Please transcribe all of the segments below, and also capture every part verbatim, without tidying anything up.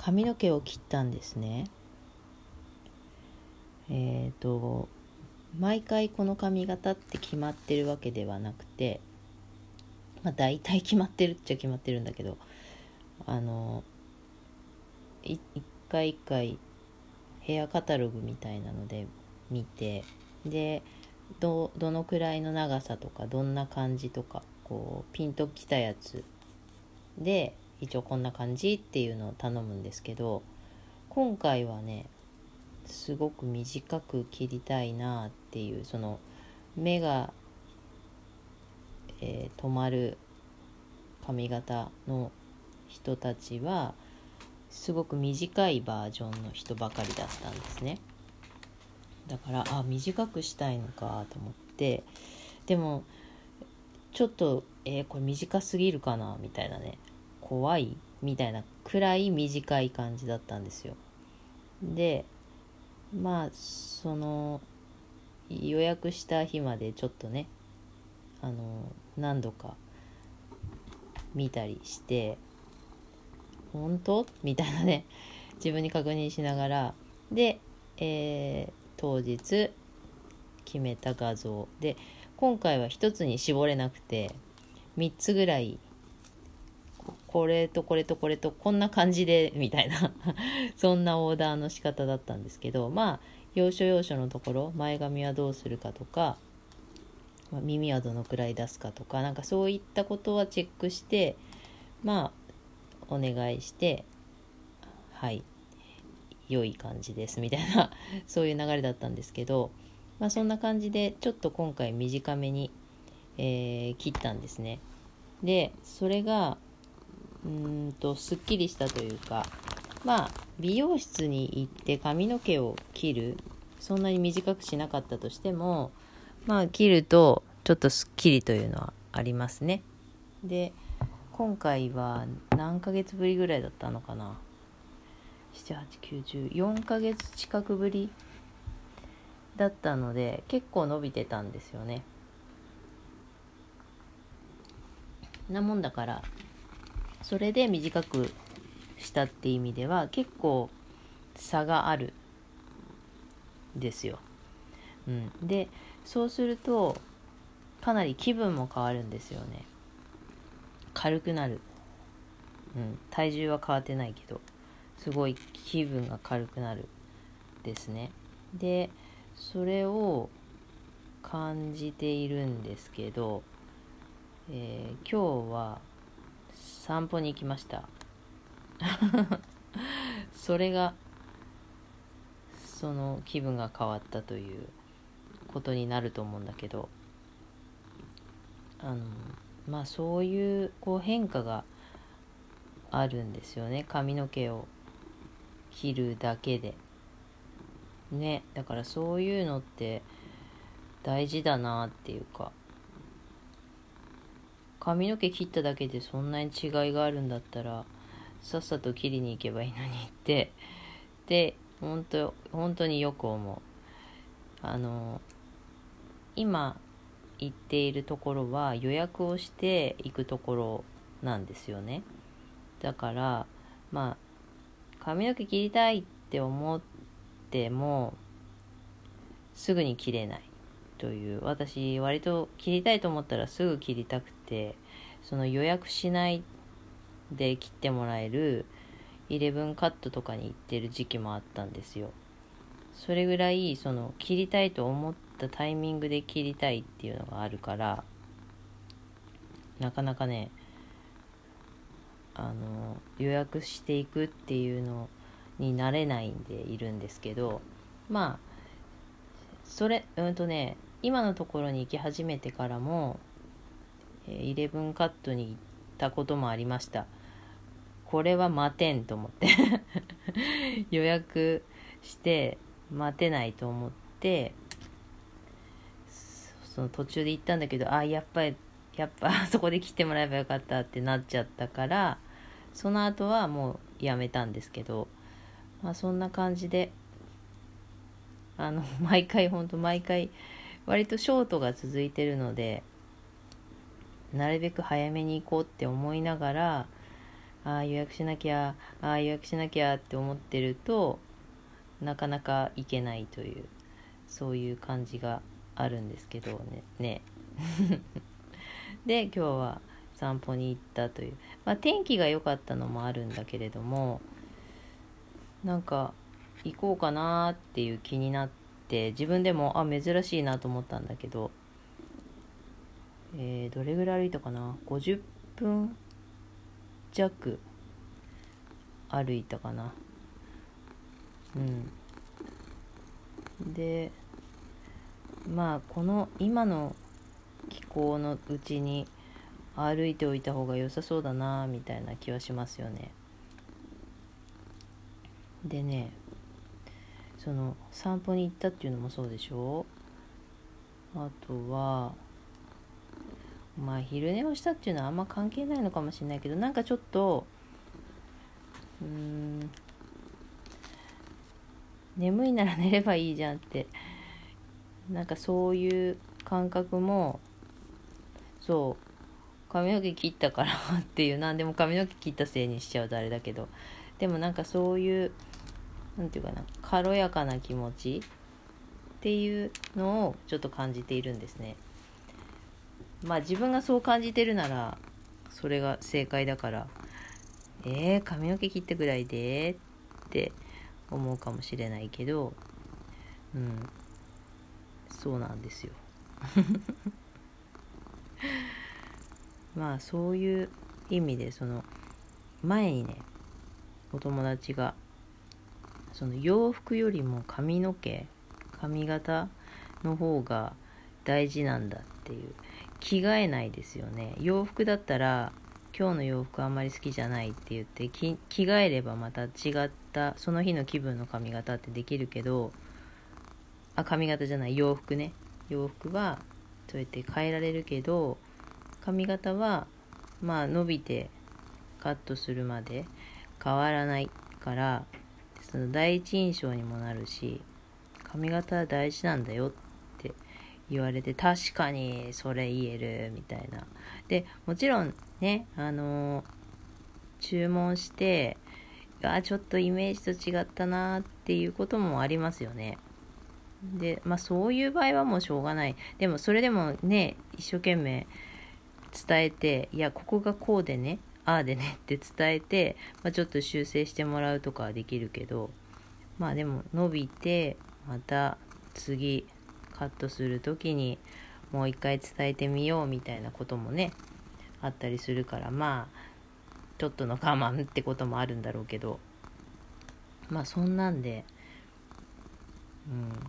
髪の毛を切ったんですね。えっと毎回この髪型って決まってるわけではなくて、まあ大体決まってるっちゃ決まってるんだけど、あのい一回一回ヘアカタログみたいなので見て、でどどのくらいの長さとかどんな感じとか、こうピンときたやつで一応こんな感じっていうのを頼むんですけど、今回はねすごく短く切りたいなっていう、その目が、えー止まる髪型の人たちはすごく短いバージョンの人ばかりだったんですね。だからあ短くしたいのかと思って、でもちょっとえー、これ短すぎるかなみたいなね、怖いみたいなくらい短い感じだったんですよ。でまあその予約した日までちょっとねあの何度か見たりして、本当みたいなね自分に確認しながら、で、えー、当日決めた画像で、今回は一つに絞れなくてみっつぐらい、これとこれとこれとこんな感じでみたいなそんなオーダーの仕方だったんですけど、まあ要所要所のところ、前髪はどうするかとか、耳はどのくらい出すかとか、なんかそういったことはチェックして、まあお願いして、はい良い感じですみたいなそういう流れだったんですけど、まあそんな感じでちょっと今回短めに、えー切ったんですね。でそれがうーんとすっきりしたというか、まあ美容室に行って髪の毛を切る、そんなに短くしなかったとしても、まあ切るとちょっとすっきりというのはありますね。で今回は何ヶ月ぶりぐらいだったのかな、なな、はち、きゅう、じゅう、よんかげつ近くぶりだったので結構伸びてたんですよね。なもんだからそれで短くしたって意味では結構差があるんですよ。うん、でそうするとかなり気分も変わるんですよね。軽くなる、うん、体重は変わってないけどすごい気分が軽くなるですね。でそれを感じているんですけど、えー今日は散歩に行きましたそれがその気分が変わったということになると思うんだけど、あのまあそういうこう変化があるんですよね、髪の毛を切るだけでね。だからそういうのって大事だなっていうか、髪の毛切っただけでそんなに違いがあるんだったらさっさと切りに行けばいいのにってで本当本当によく思う。あの今行っているところは予約をして行くところなんですよね。だからまあ髪の毛切りたいって思ってもすぐに切れないという、私割と切りたいと思ったらすぐ切りたくて、その予約しないで切ってもらえるイレブンカットとかに行ってる時期もあったんですよ。それぐらいその切りたいと思ったタイミングで切りたいっていうのがあるから、なかなかねあの予約していくっていうのになれないんでいるんですけど、まあそれうんとね今のところに行き始めてからもイレブンカットに行ったこともありました。これは待てんと思って予約して待てないと思って、その途中で行ったんだけど、あやっぱりやっぱそこで切ってもらえばよかったってなっちゃったから、その後はもうやめたんですけど、まあそんな感じであの毎回ほんと毎回割とショートが続いてるので、なるべく早めに行こうって思いながらああ予約しなきゃああ予約しなきゃって思ってるとなかなか行けないという、そういう感じがあるんですけどね。ねで今日は散歩に行ったという、まあ、天気が良かったのもあるんだけれども、なんか行こうかなっていう気になって、自分でもあ珍しいなと思ったんだけど、えー、どれぐらい歩いたかな、ごじゅっぷん弱歩いたかな。うんでまあこの今の気候のうちに歩いておいた方が良さそうだなみたいな気はしますよね。でね、その散歩に行ったっていうのもそうでしょ。あとはまあ昼寝をしたっていうのはあんま関係ないのかもしれないけど、なんかちょっとうーん眠いなら寝ればいいじゃんって、なんかそういう感覚も、そう髪の毛切ったからっていう、なんでも髪の毛切ったせいにしちゃうとあれだけど、でもなんかそういうなんていうかな、軽やかな気持ちっていうのをちょっと感じているんですね。まあ自分がそう感じてるならそれが正解だから、えー、髪の毛切ったぐらいでって思うかもしれないけど、うんそうなんですよまあそういう意味で、その前にねお友達がその洋服よりも髪の毛髪型の方が大事なんだっていう、着替えないですよね。洋服だったら今日の洋服あんまり好きじゃないって言って着替えればまた違ったその日の気分の髪型ってできるけど、あ髪型じゃない洋服ね、洋服はそうやって変えられるけど、髪型はまあ伸びてカットするまで変わらないから、その第一印象にもなるし、髪型は大事なんだよって言われて、確かにそれ言えるみたいな。でもちろんね、あのー、注文してあちょっとイメージと違ったなっていうこともありますよね。でまあそういう場合はもうしょうがない。でもそれでもね一生懸命伝えて、いやここがこうでねああでねって伝えて、まあ、ちょっと修正してもらうとかはできるけど、まあでも伸びてまた次カットする時にもう一回伝えてみようみたいなこともねあったりするから、まあちょっとの我慢ってこともあるんだろうけど、まあそんなんでうん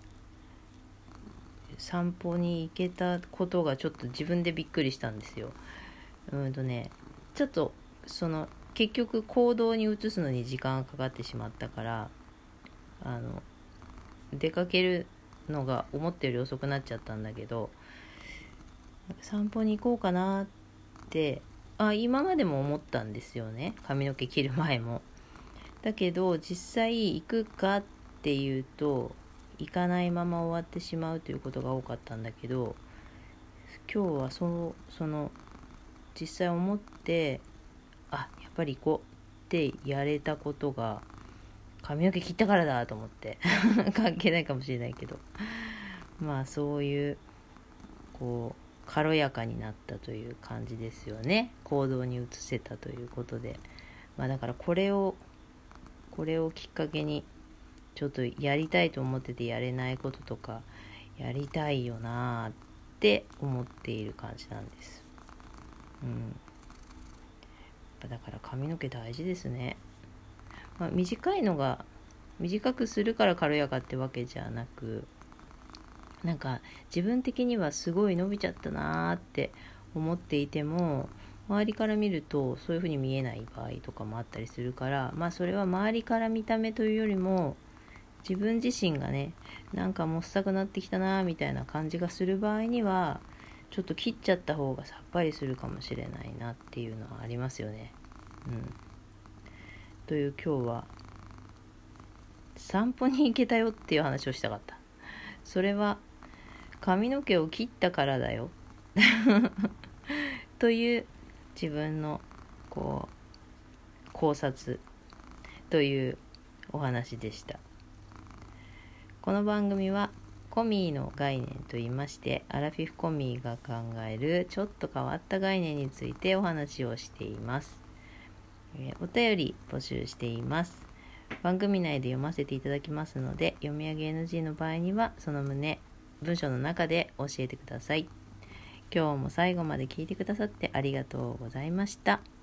散歩に行けたことがちょっと自分でびっくりしたんですよ。うんとねちょっとその結局行動に移すのに時間がかかってしまったから、あの出かけるのが思ったより遅くなっちゃったんだけど、散歩に行こうかなってあ今までも思ったんですよね、髪の毛切る前も。だけど実際行くかっていうと行かないまま終わってしまうということが多かったんだけど、今日はそのその実際思ってあやっぱり行こうってやれたことが髪の毛切ったからだと思って関係ないかもしれないけど、まあそういうこう軽やかになったという感じですよね。行動に移せたということで、まあだからこれをこれをきっかけにちょっとやりたいと思っててやれないこととかやりたいよなって思っている感じなんです。うんだから髪の毛大事ですね。まあ、短いのが短くするから軽やかってわけじゃなく、なんか自分的にはすごい伸びちゃったなーって思っていても周りから見るとそういう風に見えない場合とかもあったりするから、まあそれは周りから見た目というよりも自分自身がねなんかもっさくなってきたなーみたいな感じがする場合にはちょっと切っちゃった方がさっぱりするかもしれないなっていうのはありますよね。うんという今日は散歩に行けたよっていう話をしたかった。それは髪の毛を切ったからだよという自分のこ考察というお話でした。この番組はコミーの概念といいまして、アラフィフコミーが考えるちょっと変わった概念についてお話をしています。えー、お便り募集しています。番組内で読ませていただきますので、読み上げ エヌジー の場合にはその旨文章の中で教えてください。今日も最後まで聞いてくださってありがとうございました。